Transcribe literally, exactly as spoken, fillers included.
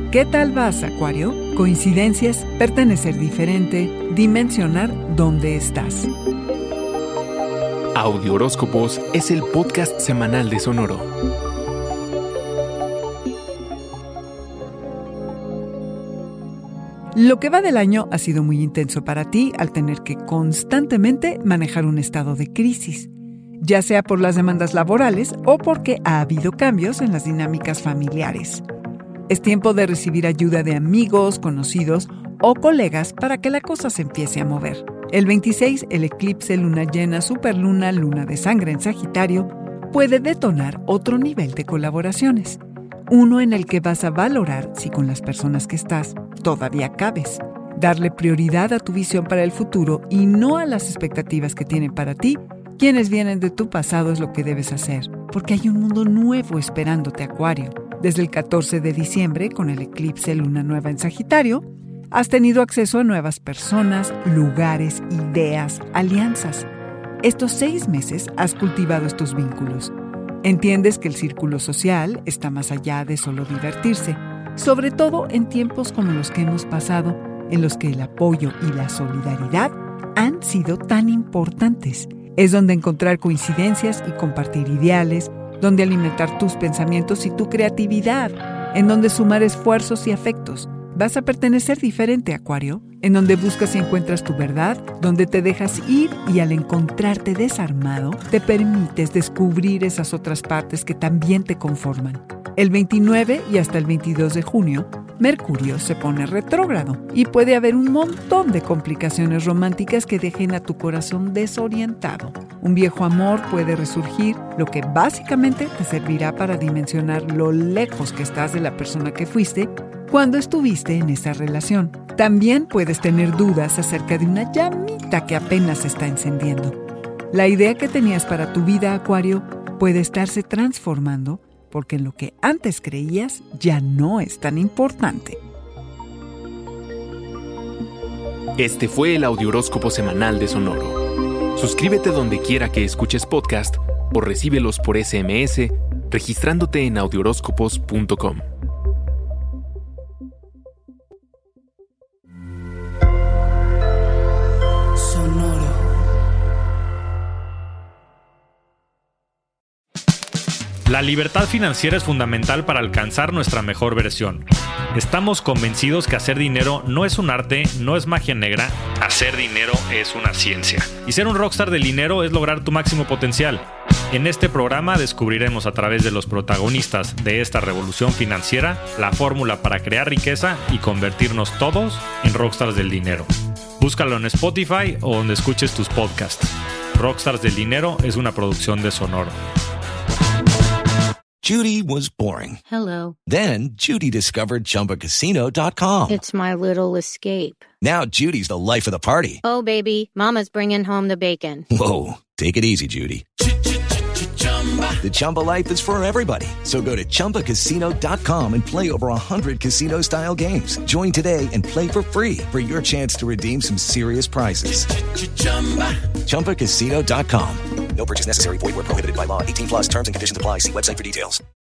¿Qué tal vas, Acuario? Coincidencias, pertenecer diferente, dimensionar dónde estás. Audio Horóscopos es el podcast semanal de Sonoro. Lo que va del año ha sido muy intenso para ti al tener que constantemente manejar un estado de crisis, ya sea por las demandas laborales o porque ha habido cambios en las dinámicas familiares. Es tiempo de recibir ayuda de amigos, conocidos o colegas para que la cosa se empiece a mover. El veintiséis, el eclipse luna llena, superluna, luna de sangre en Sagitario, puede detonar otro nivel de colaboraciones. Uno en el que vas a valorar si con las personas que estás todavía cabes. Darle prioridad a tu visión para el futuro y no a las expectativas que tienen para ti quienes vienen de tu pasado es lo que debes hacer, porque hay un mundo nuevo esperándote, Acuario. Desde el catorce de diciembre, con el eclipse luna nueva en Sagitario, has tenido acceso a nuevas personas, lugares, ideas, alianzas. Estos seis meses has cultivado estos vínculos. Entiendes que el círculo social está más allá de solo divertirse, sobre todo en tiempos como los que hemos pasado, en los que el apoyo y la solidaridad han sido tan importantes. Es donde encontrar coincidencias y compartir ideales, donde alimentar tus pensamientos y tu creatividad, en donde sumar esfuerzos y afectos. Vas a pertenecer diferente, Acuario, en donde buscas y encuentras tu verdad, donde te dejas ir y al encontrarte desarmado, te permites descubrir esas otras partes que también te conforman. El veintinueve y hasta el veintidós de junio, Mercurio se pone retrógrado y puede haber un montón de complicaciones románticas que dejen a tu corazón desorientado. Un viejo amor puede resurgir, lo que básicamente te servirá para dimensionar lo lejos que estás de la persona que fuiste cuando estuviste en esa relación. También puedes tener dudas acerca de una llamita que apenas se está encendiendo. La idea que tenías para tu vida, Acuario, puede estarse transformando porque en lo que antes creías ya no es tan importante. Este fue el Audiohoróscopo semanal de Sonoro. Suscríbete donde quiera que escuches podcast o recíbelos por ese eme ese registrándote en audiohoróscopos punto com. La libertad financiera es fundamental para alcanzar nuestra mejor versión. Estamos convencidos que hacer dinero no es un arte, no es magia negra. Hacer dinero es una ciencia. Y ser un rockstar del dinero es lograr tu máximo potencial. En este programa descubriremos a través de los protagonistas de esta revolución financiera la fórmula para crear riqueza y convertirnos todos en rockstars del dinero. Búscalo en Spotify o donde escuches tus podcasts. Rockstars del Dinero es una producción de Sonoro. Judy was boring. Hello. Then Judy discovered Chumba Casino dot com. It's my little escape. Now Judy's the life of the party. Oh, baby, mama's bringing home the bacon. Whoa, take it easy, Judy. The Chumba life is for everybody. So go to Chumba Casino dot com and play over one hundred casino-style games. Join today and play for free for your chance to redeem some serious prizes. Chumba Casino dot com. No purchase necessary. Void where prohibited by law. eighteen plus terms and conditions apply. See website for details.